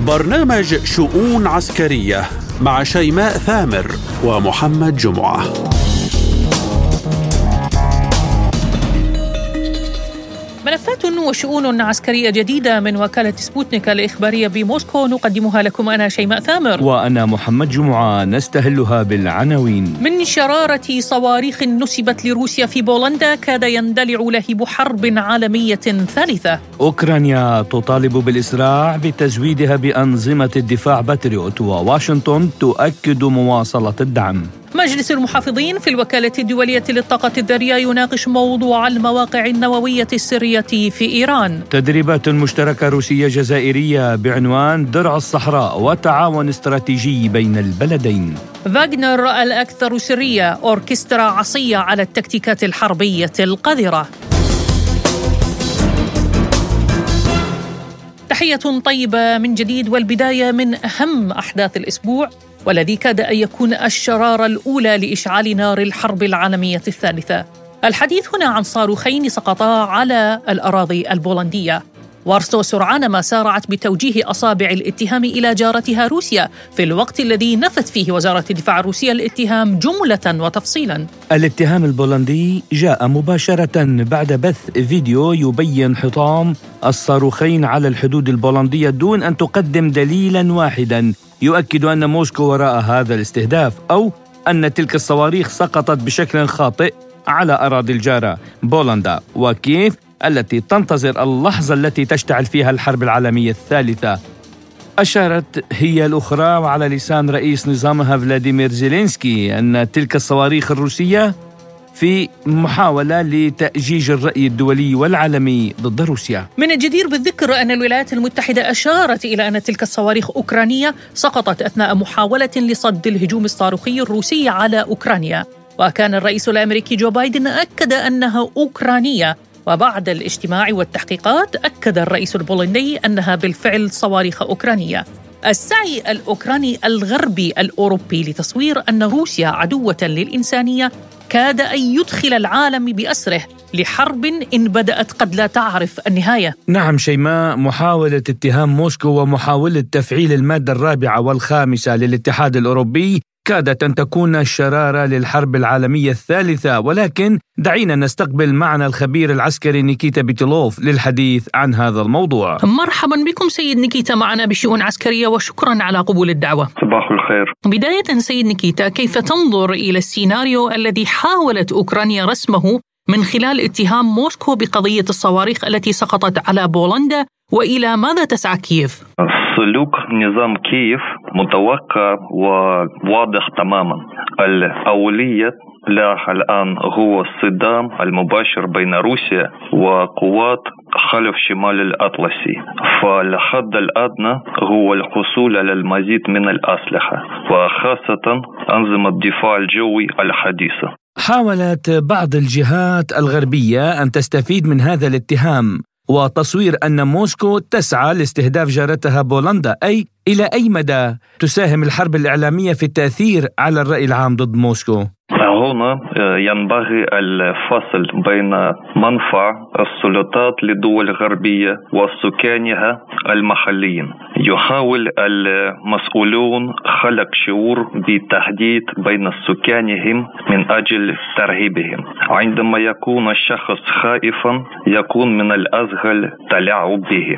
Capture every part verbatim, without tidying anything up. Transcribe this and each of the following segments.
برنامج شؤون عسكرية مع شيماء ثامر ومحمد جمعة. ملفات وشؤون عسكرية جديدة من وكالة سبوتنيك الإخبارية بموسكو نقدمها لكم أنا شيماء ثامر وأنا محمد جمعة. نستهلها بالعناوين. من شرارة صواريخ نسبت لروسيا في بولندا كاد يندلع لهب حرب عالمية ثالثة. أوكرانيا تطالب بالإسراع بتزويدها بأنظمة الدفاع باتريوت، وواشنطن تؤكد مواصلة الدعم. مجلس المحافظين في الوكالة الدولية للطاقة الذرية يناقش موضوع المواقع النووية السرية في إيران. تدريبات مشتركة روسية جزائرية بعنوان درع الصحراء وتعاون استراتيجي بين البلدين. فاغنر الأكثر سرية، أوركسترا عصية على التكتيكات الحربية القذرة. تحية طيبة من جديد، والبداية من أهم أحداث الأسبوع والذي كاد أن يكون الشرارة الأولى لإشعال نار الحرب العالمية الثالثة. الحديث هنا عن صاروخين سقطا على الأراضي البولندية. وارسو سرعان ما سارعت بتوجيه أصابع الاتهام إلى جارتها روسيا في الوقت الذي نفت فيه وزارة الدفاع الروسية الاتهام جملة وتفصيلا. الاتهام البولندي جاء مباشرة بعد بث فيديو يبين حطام الصاروخين على الحدود البولندية دون أن تقدم دليلا واحدا يؤكد أن موسكو وراء هذا الاستهداف، أو أن تلك الصواريخ سقطت بشكل خاطئ على أراضي الجارة بولندا وكييف التي تنتظر اللحظة التي تشتعل فيها الحرب العالمية الثالثة. أشارت هي الأخرى وعلى لسان رئيس نظامها فلاديمير زيلينسكي أن تلك الصواريخ الروسية في محاولة لتأجيج الرأي الدولي والعالمي ضد روسيا. من الجدير بالذكر أن الولايات المتحدة أشارت إلى أن تلك الصواريخ أوكرانية سقطت أثناء محاولة لصد الهجوم الصاروخي الروسي على أوكرانيا، وكان الرئيس الأمريكي جو بايدن أكد أنها أوكرانية، وبعد الاجتماع والتحقيقات أكد الرئيس البولندي أنها بالفعل صواريخ أوكرانية. السعي الأوكراني الغربي الأوروبي لتصوير أن روسيا عدوة للإنسانية كاد أن يدخل العالم بأسره لحرب إن بدأت قد لا تعرف النهاية. نعم شيماء، محاولة اتهام موسكو ومحاولة تفعيل المادة الرابعة والخامسة للاتحاد الأوروبي كادت أن تكون الشرارة للحرب العالمية الثالثة، ولكن دعينا نستقبل معنا الخبير العسكري نيكيتا بيتلوف للحديث عن هذا الموضوع. مرحبا بكم سيد نيكيتا معنا بشؤون عسكرية، وشكرا على قبول الدعوة. صباح الخير. بداية سيد نيكيتا، كيف تنظر إلى السيناريو الذي حاولت أوكرانيا رسمه من خلال اتهام موسكو بقضية الصواريخ التي سقطت على بولندا، وإلى ماذا تسعى كييف؟ سلوك نظام كييف متوقع وواضح تماما. الأولية له الآن هو الصدام المباشر بين روسيا وقوات خلف شمال الأطلسي، فالحد الأدنى هو الحصول على المزيد من الأسلحة وخاصة أنظمة الدفاع الجوي الحديثة. حاولت بعض الجهات الغربية أن تستفيد من هذا الاتهام وتصوير أن موسكو تسعى لاستهداف جارتها بولندا، أي إلى أي مدى تساهم الحرب الإعلامية في التأثير على الرأي العام ضد موسكو؟ هنا ينبغي الفصل بين منفعة السلطات لدول غربية وسكانها المحليين. يحاول المسؤولون خلق شعور بالتهديد بين سكانهم من أجل ترهيبهم. عندما يكون الشخص خائفا يكون من الأسهل تلاعب به،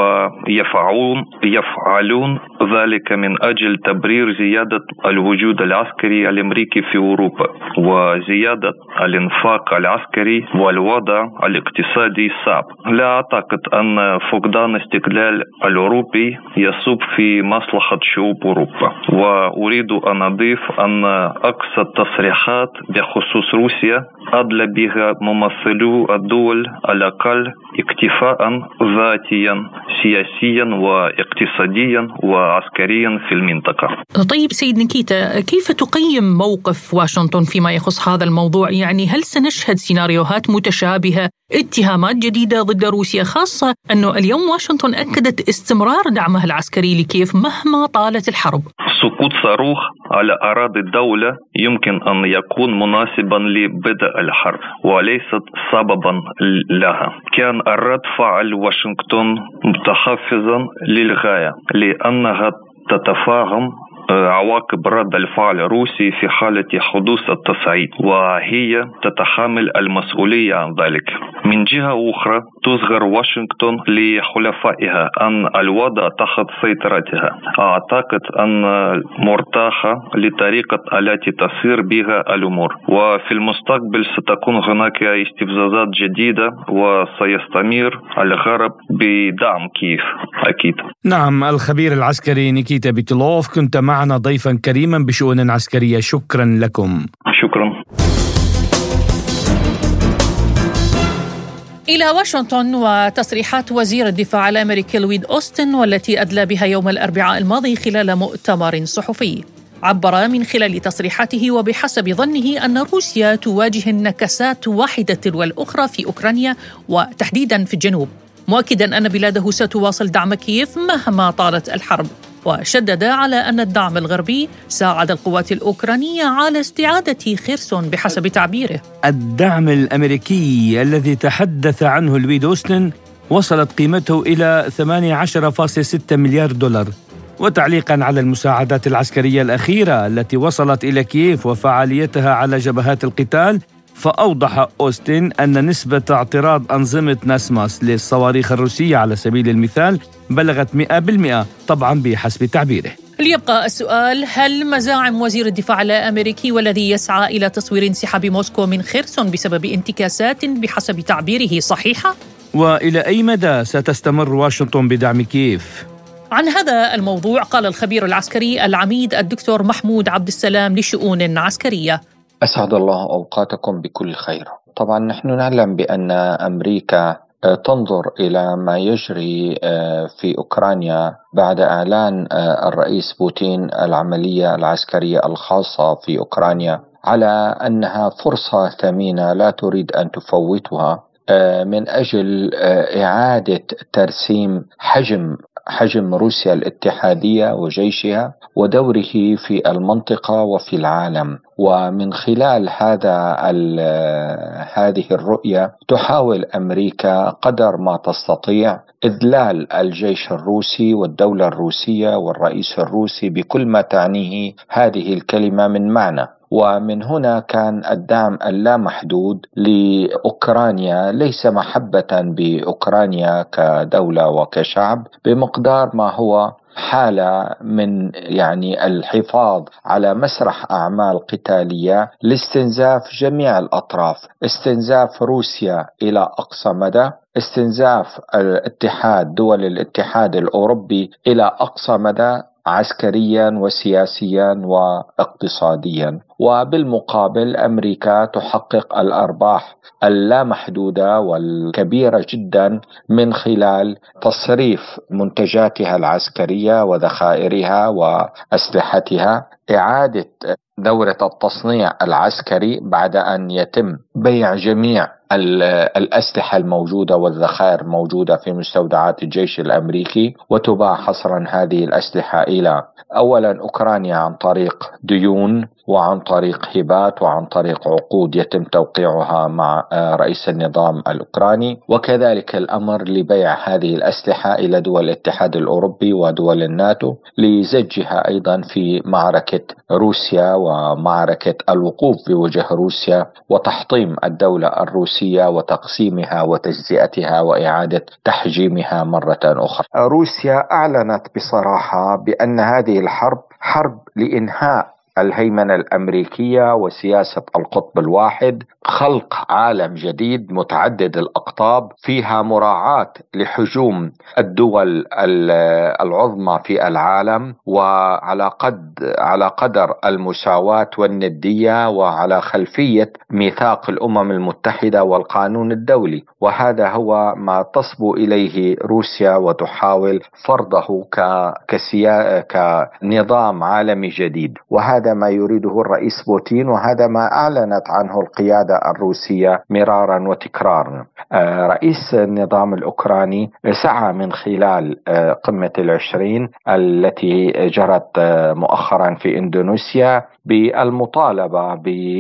ويفعلون يفعلون ذلك من أجل تبرير زيادة الوجود العسكري الأمريكي في أوروبا وزيادة الانفاق العسكري والوضع الاقتصادي الصعب. لا أعتقد أن فقدان استقلال الأوروبي يصب في مصلحة شعوب أوروبا، وأريد أن أضيف أن أقصى التصريحات بخصوص روسيا أدلى بها ممثلو الدول الأقل اكتفاء ذاتيا سياسيا واقتصاديا وعسكريا في المنطقة. طيب سيد نيكيتا، كيف تقيم موقف واشنطن فيما يخص هذا الموضوع؟ يعني هل سنشهد سيناريوهات متشابهة، اتهامات جديدة ضد روسيا، خاصة أنه اليوم واشنطن أكدت استمرار دعمها العسكري لكييف مهما طالت الحرب؟ سقوط صاروخ على أراضي الدولة يمكن أن يكون مناسبا لبدء الحرب وليست سببا لها. كان الرد فعل واشنطن متحفزا للغاية لأنها تتفاهم عواقب رد الفعل الروسي في حالة حدوث التصعيد، وهي تتحمل المسؤولية عن ذلك. من جهة أخرى تصغر واشنطن لحلفائها أن الوضع تحت سيطرتها. أعتقد أن مرتاحة لطريقة التي تسير بها الأمور، وفي المستقبل ستكون هناك استفزازات جديدة وسيستمر الغرب بدعم كييف أكيد. نعم، الخبير العسكري نيكيتا بيتلوف، كنت معنا ضيفا كريما بشؤون عسكرية، شكرا لكم. شكرا. إلى واشنطن وتصريحات وزير الدفاع الأمريكي لويد أوستن، والتي أدلى بها يوم الأربعاء الماضي خلال مؤتمر صحفي. عبر من خلال تصريحاته وبحسب ظنه أن روسيا تواجه النكسات واحدة تلو الأخرى في أوكرانيا وتحديدا في الجنوب، مؤكدا أن بلاده ستواصل دعم كييف مهما طالت الحرب. وشدد على أن الدعم الغربي ساعد القوات الأوكرانية على استعادة خيرسون بحسب تعبيره. الدعم الأمريكي الذي تحدث عنه لويد أوستن وصلت قيمته إلى ثمانية عشر فاصلة ستة مليار دولار. وتعليقا على المساعدات العسكرية الأخيرة التي وصلت إلى كييف وفعاليتها على جبهات القتال، فأوضح أوستن أن نسبة اعتراض أنظمة ناسماس للصواريخ الروسية على سبيل المثال بلغت مئة بالمئة، طبعا بحسب تعبيره. ليبقى السؤال: هل مزاعم وزير الدفاع الأمريكي والذي يسعى إلى تصوير انسحاب موسكو من خيرسون بسبب انتكاسات بحسب تعبيره صحيحة؟ وإلى أي مدى ستستمر واشنطن بدعم كييف؟ عن هذا الموضوع قال الخبير العسكري العميد الدكتور محمود عبد السلام لشؤون عسكرية. أسعد الله أوقاتكم بكل خير. طبعا نحن نعلم بأن أمريكا تنظر إلى ما يجري في أوكرانيا بعد إعلان الرئيس بوتين العملية العسكرية الخاصة في أوكرانيا على أنها فرصة ثمينة لا تريد أن تفوتها من أجل إعادة ترسيم حجم حجم روسيا الاتحادية وجيشها ودوره في المنطقة وفي العالم. ومن خلال هذا هذه الرؤية تحاول أمريكا قدر ما تستطيع إذلال الجيش الروسي والدولة الروسية والرئيس الروسي بكل ما تعنيه هذه الكلمة من معنى. ومن هنا كان الدعم اللامحدود لأوكرانيا ليس محبة بأوكرانيا كدولة وكشعب بمقدار ما هو حالة من يعني الحفاظ على مسرح أعمال قتالية لاستنزاف جميع الأطراف، استنزاف روسيا إلى أقصى مدى، استنزاف الاتحاد دول الاتحاد الأوروبي إلى أقصى مدى عسكريا وسياسيا واقتصاديا. وبالمقابل أمريكا تحقق الأرباح اللامحدودة والكبيرة جدا من خلال تصريف منتجاتها العسكرية وذخائرها وأسلحتها، إعادة دورة التصنيع العسكري بعد أن يتم بيع جميع الأسلحة الموجودة والذخائر الموجودة في مستودعات الجيش الأمريكي، وتباع حصرا هذه الأسلحة إلى أولا أوكرانيا عن طريق ديون وعن طريق هبات وعن طريق عقود يتم توقيعها مع رئيس النظام الأوكراني، وكذلك الأمر لبيع هذه الأسلحة إلى دول الاتحاد الأوروبي ودول الناتو لزجها أيضا في معركة روسيا ومعركة الوقوف بوجه روسيا وتحطيم الدولة الروسية وتقسيمها وتجزئتها وإعادة تحجيمها مرة أخرى. روسيا أعلنت بصراحة بأن هذه الحرب حرب لإنهاء الهيمنة الأمريكية وسياسة القطب الواحد، خلق عالم جديد متعدد الأقطاب فيها مراعاة لحجوم الدول العظمى في العالم، وعلى قد على قدر المساواة والندية وعلى خلفية ميثاق الأمم المتحدة والقانون الدولي. وهذا هو ما تصبو إليه روسيا وتحاول فرضه كنظام عالمي جديد، وهذا هذا ما يريده الرئيس بوتين، وهذا ما أعلنت عنه القيادة الروسية مرارا وتكرارا. رئيس النظام الأوكراني سعى من خلال قمة العشرين التي جرت مؤخرا في إندونيسيا بالمطالبة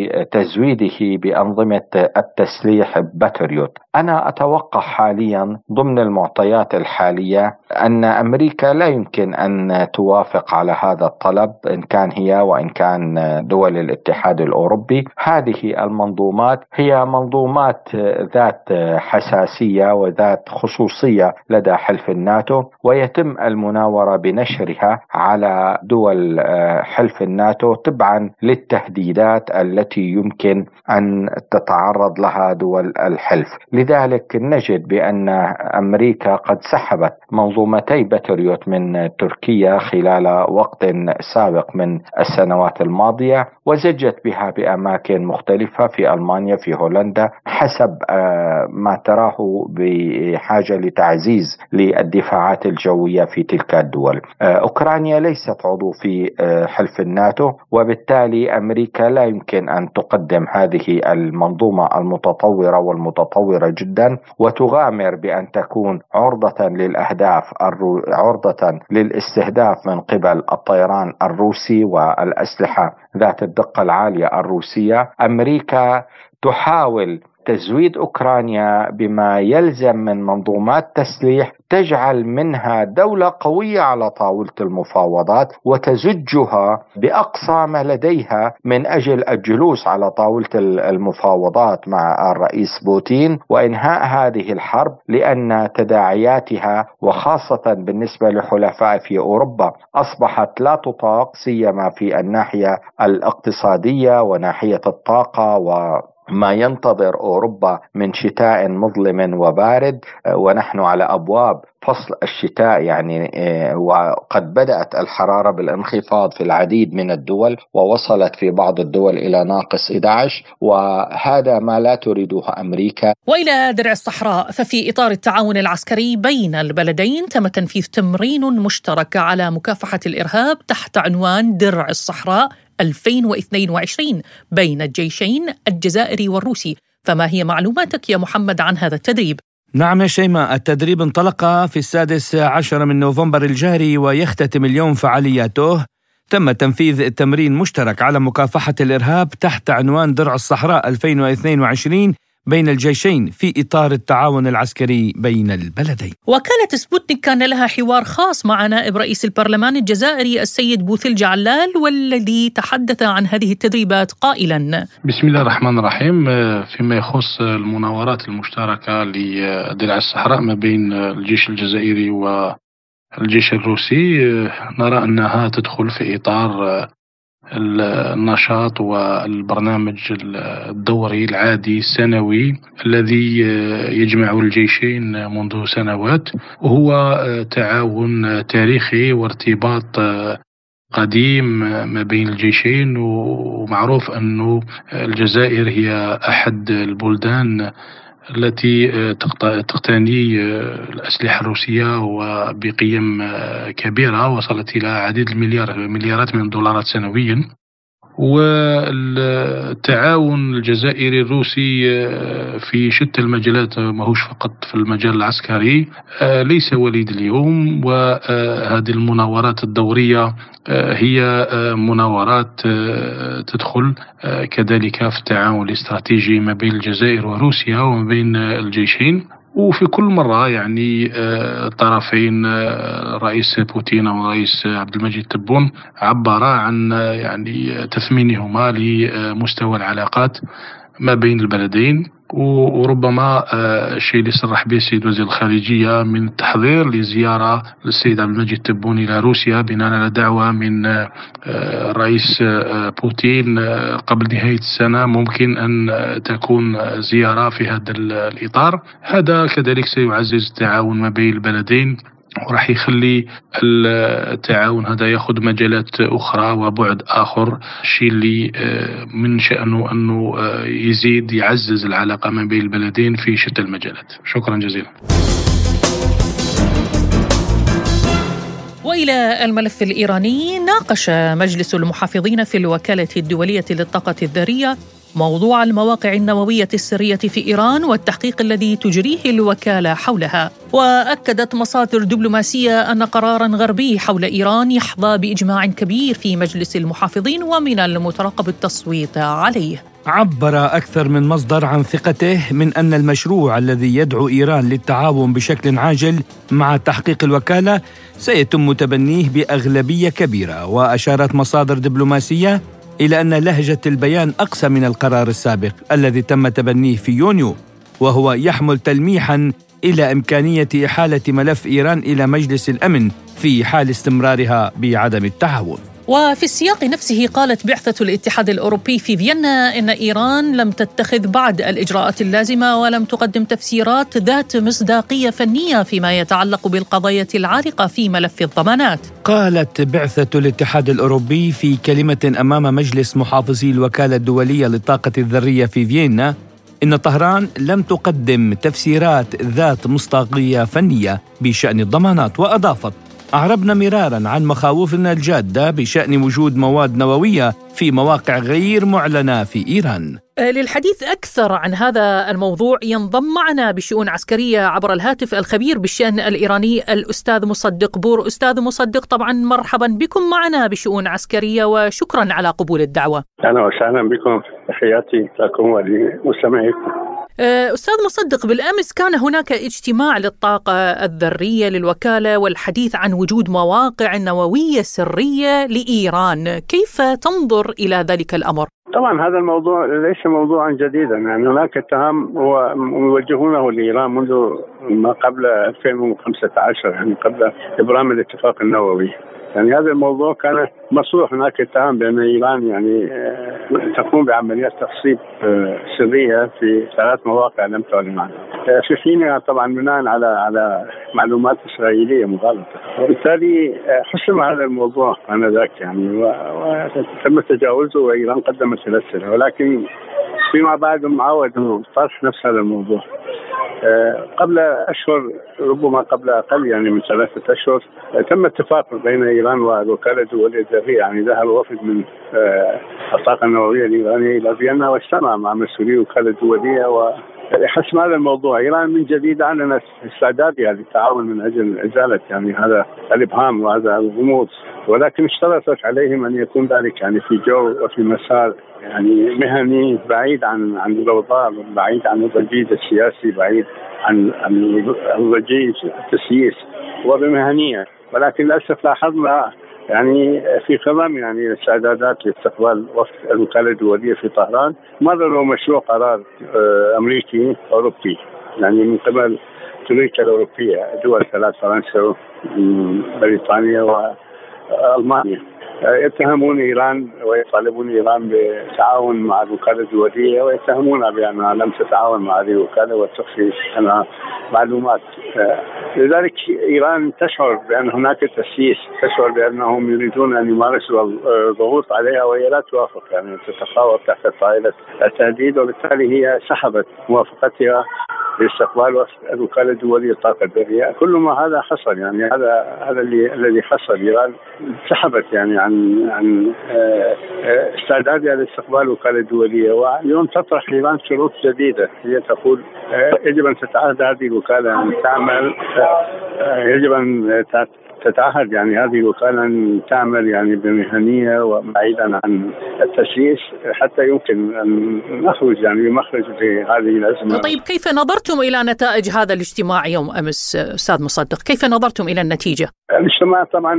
بتزويده بأنظمة التسليح باتريوت. أنا أتوقع حاليا ضمن المعطيات الحالية أن أمريكا لا يمكن أن توافق على هذا الطلب، إن كان هي وإن كان دول الاتحاد الأوروبي. هذه المنظومات هي منظومات ذات حساسية وذات خصوصية لدى حلف الناتو، ويتم المناورة بنشرها على دول حلف الناتو تبعا للتهديدات التي يمكن أن تتعرض لها دول الحلف. لذلك نجد بأن أمريكا قد سحبت منظومتي باتريوت من تركيا خلال وقت سابق من السنوات الماضية، وزجت بها بأماكن مختلفة في ألمانيا، في هولندا، حسب ما تراه بحاجة لتعزيز للدفاعات الجوية في تلك الدول. أوكرانيا ليست عضو في حلف الناتو، وبالتالي أمريكا لا يمكن أن تقدم هذه المنظومة المتطورة والمتطورة جدا وتغامر بأن تكون عرضة للأهداف الرو... عرضة للاستهداف من قبل الطيران الروسي والأسلحة ذات الدقة العالية الروسية. أمريكا تحاول تزويد أوكرانيا بما يلزم من منظومات تسليح تجعل منها دولة قوية على طاولة المفاوضات، وتزجها بأقصى ما لديها من أجل الجلوس على طاولة المفاوضات مع الرئيس بوتين وإنهاء هذه الحرب، لأن تداعياتها وخاصة بالنسبة لحلفاء في أوروبا أصبحت لا تطاق، سيما في الناحية الاقتصادية وناحية الطاقة و ما ينتظر أوروبا من شتاء مظلم وبارد، ونحن على أبواب فصل الشتاء يعني، وقد بدأت الحرارة بالانخفاض في العديد من الدول ووصلت في بعض الدول إلى ناقص إحدى عشر، وهذا ما لا تريده أمريكا. وإلى درع الصحراء، ففي إطار التعاون العسكري بين البلدين تم تنفيذ تمرين مشترك على مكافحة الإرهاب تحت عنوان درع الصحراء ألفين واثنين وعشرين بين الجيشين الجزائري والروسي. فما هي معلوماتك يا محمد عن هذا التدريب؟ نعم يا شيماء، التدريب انطلق في السادس عشر من نوفمبر الجاري ويختتم اليوم فعالياته. تم تنفيذ تمرين مشترك على مكافحة الإرهاب تحت عنوان درع الصحراء ألفين واثنين وعشرين بين الجيشين في إطار التعاون العسكري بين البلدين. وكالة سبوتنيك كان لها حوار خاص مع نائب رئيس البرلمان الجزائري السيد بوثلجة علال، والذي تحدث عن هذه التدريبات قائلا: بسم الله الرحمن الرحيم. فيما يخص المناورات المشتركة لدرع الصحراء ما بين الجيش الجزائري والجيش الروسي، نرى أنها تدخل في إطار النشاط والبرنامج الدوري العادي السنوي الذي يجمع الجيشين منذ سنوات، وهو تعاون تاريخي وارتباط قديم ما بين الجيشين. ومعروف أن الجزائر هي أحد البلدان التي تقتني الأسلحة الروسية وبقيم كبيرة وصلت إلى عديد المليار مليارات من الدولارات سنويا. والتعاون الجزائري الروسي في شتى المجالات، ماهوش فقط في المجال العسكري، ليس وليد اليوم. وهذه المناورات الدورية هي مناورات تدخل كذلك في التعاون الاستراتيجي ما بين الجزائر وروسيا وما بين الجيشين. وفي كل مرة يعني الطرفين رئيس بوتين ورئيس عبد المجيد تبون عبر عن يعني تثمينهما لمستوى العلاقات ما بين البلدين. وربما الشيء اللي صرح به السيد وزير الخارجية من التحضير لزيارة للسيد عبد المجيد تبون إلى روسيا بناء على دعوة من الرئيس بوتين قبل نهاية السنة، ممكن أن تكون زيارة في هذا الإطار. هذا كذلك سيعزز التعاون ما بين البلدين، وراح يخلي التعاون هذا ياخذ مجالات أخرى وبعد آخر، الشيء اللي من شأنه أنه يزيد يعزز العلاقة ما بين البلدين في شتى المجالات. شكرا جزيلا. وإلى الملف الإيراني، ناقش مجلس المحافظين في الوكالة الدولية للطاقة الذرية موضوع المواقع النووية السرية في إيران والتحقيق الذي تجريه الوكالة حولها. وأكدت مصادر دبلوماسية أن قراراً غربي حول إيران يحظى بإجماع كبير في مجلس المحافظين ومن المترقب التصويت عليه. عبر أكثر من مصدر عن ثقته من أن المشروع الذي يدعو إيران للتعاون بشكل عاجل مع تحقيق الوكالة سيتم تبنيه بأغلبية كبيرة. وأشارت مصادر دبلوماسية إلى أن لهجة البيان أقسى من القرار السابق الذي تم تبنيه في يونيو، وهو يحمل تلميحاً إلى إمكانية إحالة ملف إيران إلى مجلس الأمن في حال استمرارها بعدم التعاون. وفي السياق نفسه قالت بعثة الاتحاد الأوروبي في فيينا إن إيران لم تتخذ بعد الإجراءات اللازمة ولم تقدم تفسيرات ذات مصداقية فنية فيما يتعلق بالقضايا العالقة في ملف الضمانات. قالت بعثة الاتحاد الأوروبي في كلمة أمام مجلس محافظي الوكالة الدولية للطاقة الذرية في فيينا إن طهران لم تقدم تفسيرات ذات مصداقية فنية بشأن الضمانات. وأضافت: أعربنا مرارا عن مخاوفنا الجادة بشأن وجود مواد نووية في مواقع غير معلنة في إيران. للحديث أكثر عن هذا الموضوع ينضم معنا بشؤون عسكرية عبر الهاتف الخبير بالشأن الإيراني الأستاذ مصدق بور. أستاذ مصدق، طبعا مرحبا بكم معنا بشؤون عسكرية وشكرا على قبول الدعوة. أهلا وسهلا بكم، تحياتي لكم ولمستمعيكم. أستاذ مصدق، بالأمس كان هناك اجتماع للطاقة الذرية للوكالة والحديث عن وجود مواقع نووية سرية لإيران، كيف تنظر إلى ذلك الأمر؟ طبعا هذا الموضوع ليس موضوعا جديدا، يعني هناك اتهام هو موجهونه لإيران منذ ما قبل ألفين وخمسة عشر، يعني قبل إبرام الاتفاق النووي. يعني هذا الموضوع كان مصروح، هناك اتهام بأن إيران يعني تقوم بعمليات تخصيب سرية في ثلاث مواقع لم تعلن عنها في حينها، طبعا بناء على على معلومات إسرائيلية مغالطة. وبالتالي حسم هذا الموضوع آنذاك يعني وتم تجاوزه، وإيران قدمت الأسئلة، ولكن فيما بعد عاودوا طرح نفس هذا الموضوع. قبل أشهر، ربما قبل أقل يعني من ثلاثة أشهر، تم اتفاق بين إيران والوكالة الدولية الذرية، يعني ذهب وفد من الطاقة النووية الإيرانية إلى فيينا واجتمع مع مسؤولي الوكالة الدولية ولحسم هذا الموضوع. إيران من جديد أعلنت استعدادها للتعاون من أجل إزالة يعني هذا الإبهام وهذا الغموض، ولكن اشترطت عليهم أن يكون ذلك يعني في جو وفي مسار يعني مهني، بعيد عن عن الضوضاء، بعيد عن الضجيج السياسي، بعيد عن عن الضجيج التسييس، وبمهنية. ولكن للأسف لاحظنا يعني في خضم يعني الاستعدادات لاستقبال وفد الوكالة الدولية في طهران، مرروا مشروع قرار أمريكي أوروبي يعني من قبل تركيا الأوروبية، دول ثلاث، فرنسا بريطانيا وألمانيا، يتهمون إيران ويطالبون إيران بالتعاون مع الوكالة الدولية، ويتهمونها بأنها لم تتعاون مع هذه الوكالة وتخفي عنها معلومات. لذلك إيران تشعر بأن هناك تسييس، تشعر بأنهم يريدون أن يمارسوا الضغوط عليها وهي لا توافق، يعني تتخاوف تحت طائلة التهديد، وبالتالي هي سحبت موافقتها لاستقبال وفد الوكالة الدولية للطاقة الذرية. كل ما هذا حصل يعني هذا هذا اللي الذي حصل، إيران سحبت يعني عن عن استعدادها لاستقبال الوكالة الدولية، واليوم تطرح إيران شروط جديدة. هي تقول يجب أن تتعهد هذه الوكالة أن تعمل، يجب أن تتعهد يعني هذه الوكالة أن تعمل يعني بمهنية وبعيدا عن التسييس حتى يمكن أن نخرج يعني بمخرج في هذه الأزمة. طيب، كيف نظرتم إلى نتائج هذا الاجتماع يوم أمس أستاذ مصدق؟ كيف نظرتم إلى النتيجة؟ الاجتماع طبعا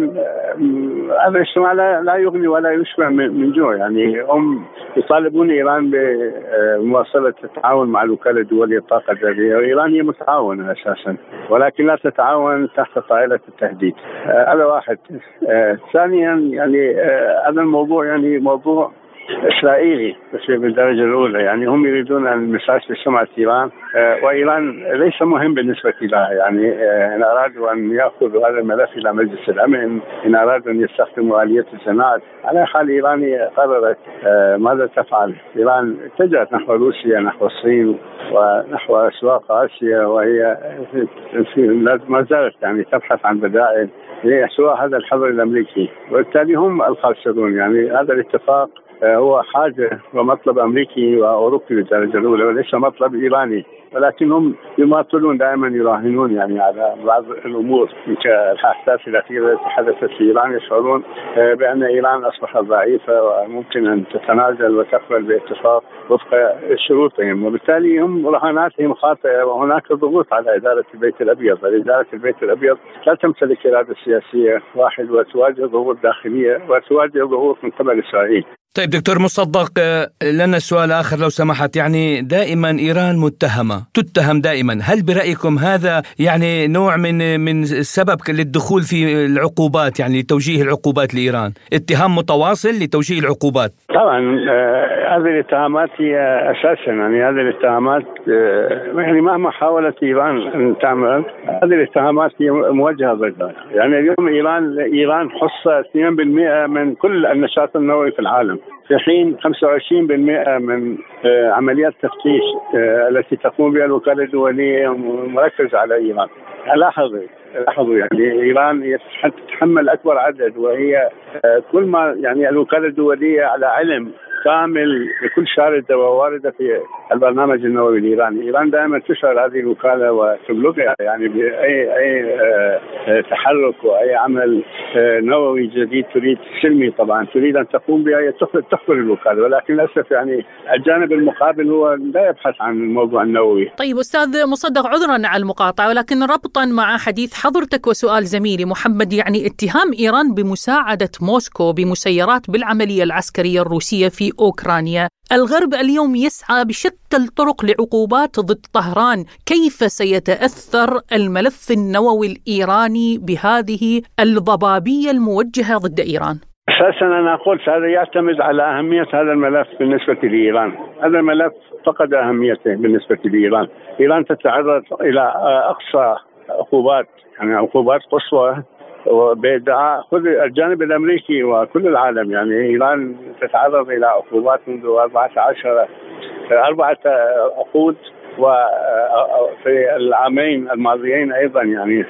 هذا الاجتماع لا, لا يغني ولا يشبع من جوع، يعني هم يطالبون إيران بمواصلة التعاون مع الوكالة الدولية للطاقة الذرية، وإيران هي متعاونة أساسا ولكن لا تتعاون تحت طائلة التهديد. هذا واحد. ثانيا يعني هذا الموضوع يعني موضوع إسرائيلي بس بالدرجة الأولى. يعني هم يريدون المساس بسمعة إيران، وإيران ليس مهم بالنسبة لها. يعني إن أرادوا أن يأخذوا هذا الملف إلى مجلس الأمن، إن أرادوا أن يستخدموا آلية الزناد، على حال إيران قررت ماذا تفعل. إيران اتجهت نحو روسيا، نحو الصين، ونحو أسواق آسيا، وهي ما زالت يعني تبحث عن بدائل لإحصاء هذا الحظر الأمريكي، وبالتالي هم الخاسرون. يعني هذا الاتفاق هو حاجة ومطلب أمريكي وأوروبي بالدرجة الأولى، وليس مطلب إيراني، ولكنهم يماطلون دائما، يراهنون يعني على بعض الأمور كالأحداث الأخيرة التي حدثت في إيران. يشعرون بأن إيران أصبحت ضعيفة وممكن أن تتنازل وتقبل باتفاق وفق شروطهم، وبالتالي هم رهاناتهم خاطئة. وهناك ضغوط على إدارة البيت الأبيض، إدارة البيت الأبيض لا تمتلك إرادة سياسية واحد، وتواجه ضغوط داخلية وتواجه ضغوط من قبل إسرائيل. طيب دكتور مصدق، لنا سؤال آخر لو سمحت. يعني دائما إيران متهمة، تتهم دائما. هل برأيكم هذا يعني نوع من من السبب للدخول في العقوبات، يعني توجيه العقوبات لإيران، اتهام متواصل لتوجيه العقوبات؟ طبعا آه هذه الاتهامات هي أساسا، يعني هذه الاتهامات آه يعني مهما حاولت إيران أن تعمل، هذه الاتهامات هي موجهة ضدها. يعني اليوم إيران إيران حصة اثنين بالمئة من كل النشاط النووي في العالم، في حين خمسة وعشرين بالمئة من عمليات التفتيش التي تقوم بها الوكالة الدولية مركزة على إيران. لاحظوا لاحظوا يعني إيران تتحمل أكبر عدد، وهي كل ما يعني الوكالة الدولية على علم كامل بكل شاردة وواردة في البرنامج النووي الإيراني. إيران دائما تشعر هذه الوكالة وتبلغها يعني بأي أي تحرك وأي عمل نووي جديد تريد سلمي، طبعا تريد أن تقوم بها تخبر الوكالة، ولكن للأسف يعني الجانب المقابل هو لا يبحث عن الموضوع النووي. طيب أستاذ مصدق، عذرا على المقاطعة، ولكن ربطا مع حديث حضرتك وسؤال زميلي محمد، يعني اتهام إيران بمساعدة موسكو بمسيرات بالعملية العسكرية الروسية في أوكرانيا، الغرب اليوم يسعى بشتى الطرق لعقوبات ضد طهران. كيف سيتأثر الملف النووي الإيراني بهذه الضبابية الموجهة ضد إيران؟ أساسا أنا أقول هذا يعتمد على أهمية هذا الملف بالنسبة لإيران. هذا الملف فقد أهميته بالنسبة لإيران. إيران تتعرض إلى أقصى عقوبات، يعني عقوبات قصوى، وبدعاء خذ الجانب الأمريكي وكل العالم. يعني إيران تتعرض إلى عقوبات منذ أربعة عشر أربعة عقود، وفي العامين الماضيين أيضا. يعني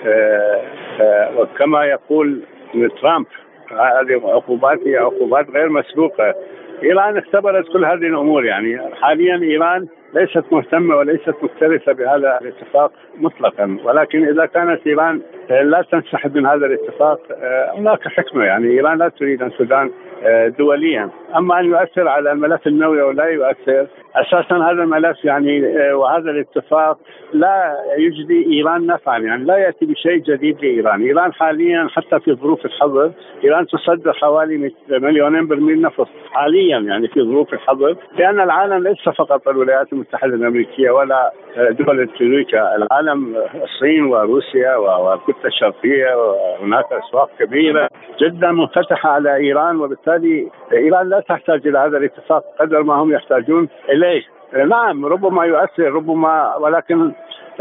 وكما يقول ترامب هذه عقوبات هي عقوبات غير مسبوقة. إيران اختبرت كل هذه الأمور. يعني حاليا إيران ليست مهتمة وليست مكترثة بهذا الاتفاق مطلقا، ولكن إذا كانت إيران لا تنسحب من هذا الاتفاق هناك حكمة. يعني إيران لا تريد أن تدان دوليا. أما أن يؤثر على الملف النووي أو لا يؤثر، أساسا هذا الملف يعني وهذا الاتفاق لا يجدي إيران نفعا، يعني لا يأتي بشيء جديد لإيران. إيران حاليا حتى في ظروف الحظر إيران تصدر حوالي مليونين برميل نفط حاليا، يعني في ظروف الحظر، لأن العالم ليس فقط الولايات المتحدة الأمريكية ولا دول أمريكا، العالم الصين وروسيا وكوريا الشرقية، وهناك أسواق كبيرة جدا منفتحة على إيران، وبالتالي إيران لا تحتاج إلى هذا الاتفاق قدر ما هم يحتاجون إليه. نعم ربما يؤثر ربما، ولكن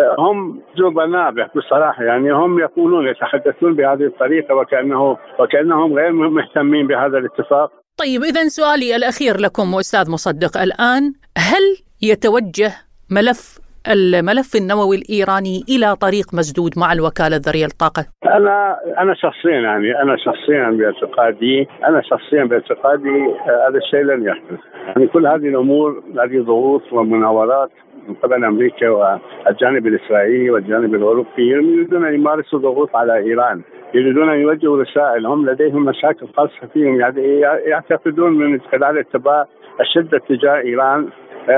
هم جبناء بصراحة. يعني هم يقولون يتحدثون بهذه الطريقة وكأنه وكأنهم غير مهتمين بهذا الاتفاق. طيب إذن سؤالي الأخير لكم أستاذ مصدق الآن، هل يتوجه ملف الملف النووي الإيراني إلى طريق مسدود مع الوكالة الذرية للطاقة؟ أنا أنا شخصيا يعني أنا شخصيا باعتقادي أنا شخصيا باعتقادي هذا الشيء لن يحدث. يعني كل هذه الأمور، هذه ضغوط ومناورات من قبل أمريكا والجانب الإسرائيلي والجانب الأوروبي، يريدون أن يمارسوا ضغوط على إيران، يريدون أن يوجهوا رسائل. هم لديهم مشاكل خاصة فيهم، يعني يعتقدون من خلال اتباع الشدة تجاه إيران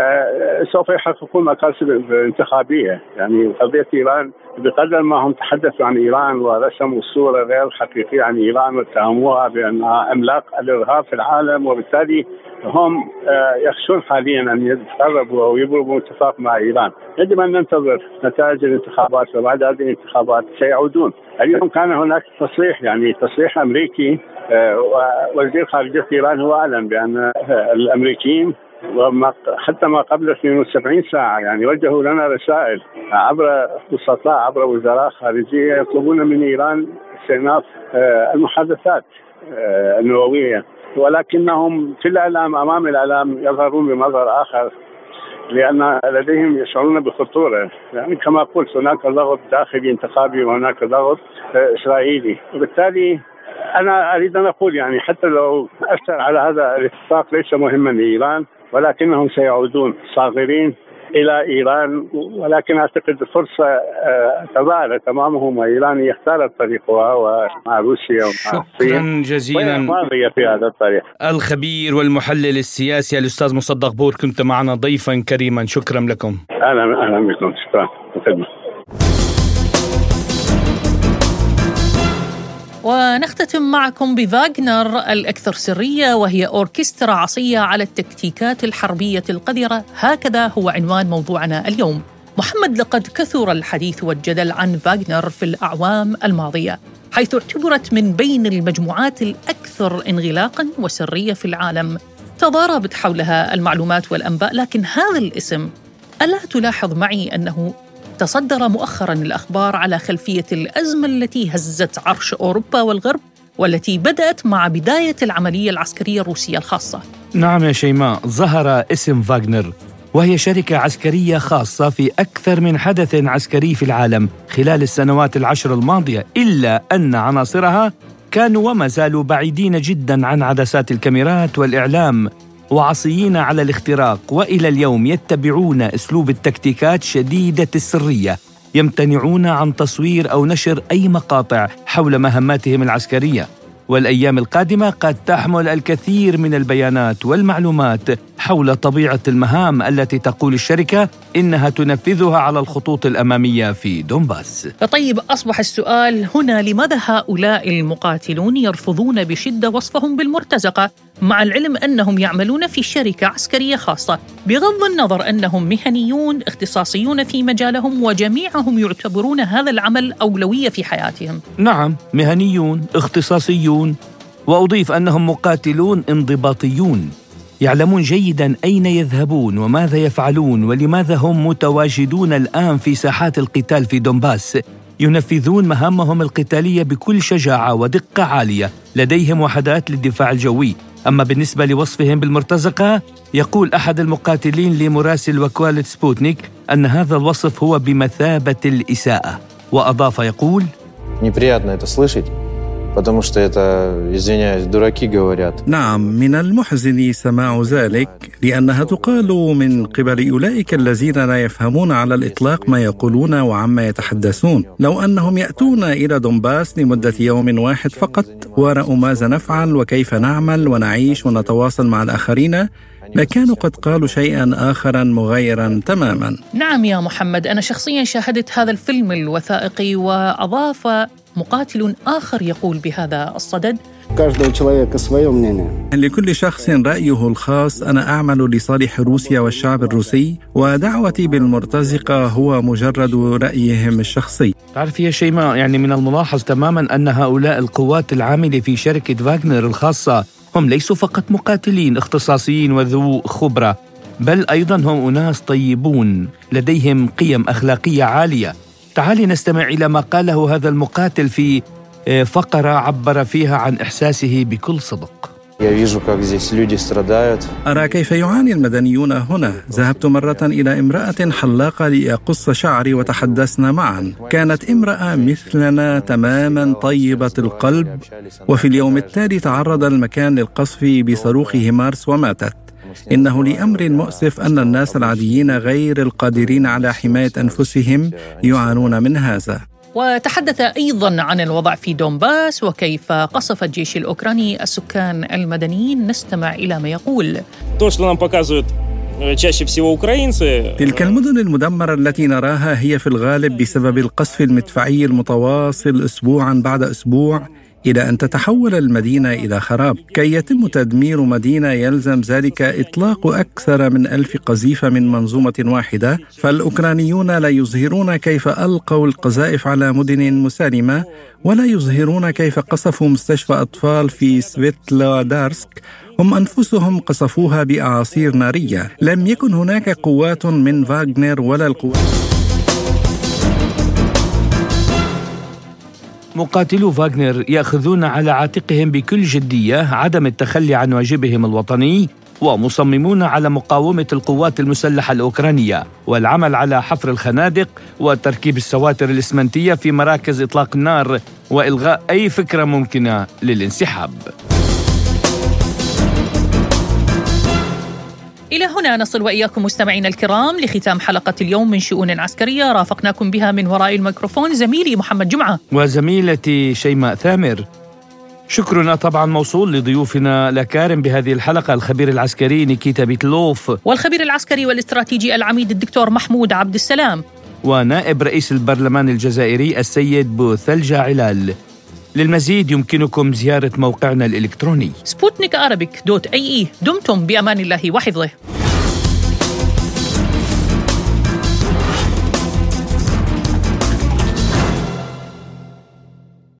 آه سوف يحققون مكاسب انتخابية. يعني قضية إيران بقدر ما هم تحدثوا عن إيران ورسموا صورة غير حقيقية عن إيران واتهموها بأنها أملاق الإرهاب في العالم، وبالتالي هم آه يخشون حاليا أن يتقربوا أو يبرموا اتفاق مع إيران. يجب أن ننتظر نتائج الانتخابات، وبعد هذه الانتخابات سيعودون اليوم كان هناك تصريح يعني تصريح أمريكي، ووزير خارجية إيران هو أعلن بأن الأمريكيين وما حتى ما قبل اثنين وسبعين ساعة يعني وجهوا لنا رسائل عبر وسطاء عبر وزراء خارجية يطلبون من إيران استئناف المحادثات النووية، ولكنهم في الإعلام أمام الإعلام يظهرون بمظهر آخر لأن لديهم يشعرون بخطورة. يعني كما قلت هناك ضغط داخلي انتخابي وهناك ضغط إسرائيلي، وبالتالي أنا أريد أن أقول يعني حتى لو أثر على هذا الاتفاق ليس مهما لإيران، ولكنهم سيعودون صاغرين إلى إيران، ولكن أعتقد الفرصة تضاءلت أمامهم وإيران اختارت طريقها ومع روسيا ومع الصين. شكرا جزيلا في هذا الطريق. الخبير والمحلل السياسي الأستاذ مصدق بور، كنت معنا ضيفا كريما، شكرا لكم. أهلا أهلا بكم، شكرا. مقدمة. ونختتم معكم بفاغنر الأكثر سرية، وهي أوركسترا عصية على التكتيكات الحربية القذرة. هكذا هو عنوان موضوعنا اليوم. محمد، لقد كثر الحديث والجدل عن فاغنر في الأعوام الماضية، حيث اعتبرت من بين المجموعات الأكثر انغلاقاً وسرية في العالم. تضاربت حولها المعلومات والأنباء، لكن هذا الاسم ألا تلاحظ معي أنه تصدر مؤخراً الأخبار على خلفية الأزمة التي هزت عرش أوروبا والغرب، والتي بدأت مع بداية العملية العسكرية الروسية الخاصة؟ نعم يا شيماء، ظهر اسم فاغنر، وهي شركة عسكرية خاصة في أكثر من حدث عسكري في العالم خلال السنوات العشر الماضية، إلا أن عناصرها كانوا وما زالوا بعيدين جداً عن عدسات الكاميرات والإعلام، وعصيين على الاختراق، وإلى اليوم يتبعون أسلوب التكتيكات شديدة السرية، يمتنعون عن تصوير أو نشر أي مقاطع حول مهماتهم العسكرية. والأيام القادمة قد تحمل الكثير من البيانات والمعلومات حول طبيعة المهام التي تقول الشركة إنها تنفذها على الخطوط الأمامية في دونباس. طيب، أصبح السؤال هنا: لماذا هؤلاء المقاتلون يرفضون بشدة وصفهم بالمرتزقة، مع العلم أنهم يعملون في شركة عسكرية خاصة، بغض النظر أنهم مهنيون اختصاصيون في مجالهم وجميعهم يعتبرون هذا العمل أولوية في حياتهم؟ نعم، مهنيون اختصاصيون، وأضيف أنهم مقاتلون انضباطيون، يعلمون جيداً أين يذهبون وماذا يفعلون ولماذا هم متواجدون الآن في ساحات القتال في دونباس. ينفذون مهامهم القتالية بكل شجاعة ودقة عالية، لديهم وحدات للدفاع الجوي. أما بالنسبة لوصفهم بالمرتزقة، يقول أحد المقاتلين لمراسل وكالة سبوتنيك أن هذا الوصف هو بمثابة الإساءة، وأضاف يقول: неприятно это слышать. потому что это, извиняюсь, дураки говорят. نعم، من المحزن سماع ذلك، لأنها تقال من قبل أولئك الذين لا يفهمون على الإطلاق ما يقولون وعما يتحدثون. لو أنهم يأتون إلى دونباس لمدة يوم واحد فقط ورأوا ماذا نفعل وكيف نعمل ونعيش ونتواصل مع الآخرين، لكانوا قد قالوا شيئاً آخراً مغايراً تماماً. نعم يا محمد، أنا شخصياً شاهدت هذا الفيلم الوثائقي. وأضاف مقاتل آخر يقول بهذا الصدد: لكل شخص رأيه الخاص. أنا أعمل لصالح روسيا والشعب الروسي، ودعوتي بالمرتزقة هو مجرد رأيهم الشخصي. تعرف يا شيماء، يعني من الملاحظ تماماً أن هؤلاء القوات العاملة في شركة فاغنر الخاصة هم ليسوا فقط مقاتلين اختصاصيين وذو خبرة، بل أيضاً هم أناس طيبون لديهم قيم أخلاقية عالية. تعالي نستمع إلى ما قاله هذا المقاتل في فقرة عبر فيها عن إحساسه بكل صدق. أرى كيف يعاني المدنيون هنا. ذهبت مرة إلى امرأة حلاقة لأقص شعري وتحدثنا معا. كانت امرأة مثلنا تماما، طيبة القلب، وفي اليوم التالي تعرض المكان للقصف بصاروخ هيمارس وماتت. إنه لأمر مؤسف أن الناس العاديين غير القادرين على حماية أنفسهم يعانون من هذا. وتحدث أيضاً عن الوضع في دونباس وكيف قصف الجيش الأوكراني السكان المدنيين. نستمع إلى ما يقول: تلك المدن المدمرة التي نراها هي في الغالب بسبب القصف المدفعي المتواصل أسبوعاً بعد أسبوع إلى أن تتحول المدينة إلى خراب. كي يتم تدمير مدينة يلزم ذلك إطلاق أكثر من ألف قذيفة من منظومة واحدة، فالأوكرانيون لا يظهرون كيف ألقوا القذائف على مدن مسالمة، ولا يظهرون كيف قصفوا مستشفى أطفال في سفيتلودارسك. هم أنفسهم قصفوها بأعاصير نارية. لم يكن هناك قوات من فاغنر ولا القوات. مقاتلو فاغنر يأخذون على عاتقهم بكل جدية عدم التخلي عن واجبهم الوطني، ومصممون على مقاومة القوات المسلحة الأوكرانية والعمل على حفر الخنادق وتركيب السواتر الإسمنتية في مراكز إطلاق النار وإلغاء أي فكرة ممكنة للانسحاب. إلى هنا نصل وإياكم مستمعينا الكرام لختام حلقة اليوم من شؤون عسكرية، رافقناكم بها من وراء الميكروفون زميلي محمد جمعة وزميلتي شيماء ثامر. شكرنا طبعا موصول لضيوفنا لكارم بهذه الحلقة، الخبير العسكري نيكيتا بيتلوف، والخبير العسكري والاستراتيجي العميد الدكتور محمود عبد السلام، ونائب رئيس البرلمان الجزائري السيد بوثلجة علال. للمزيد يمكنكم زيارة موقعنا الإلكتروني سبوتنيك أرابيك دوت أي إي. دمتم بأمان الله وحفظه.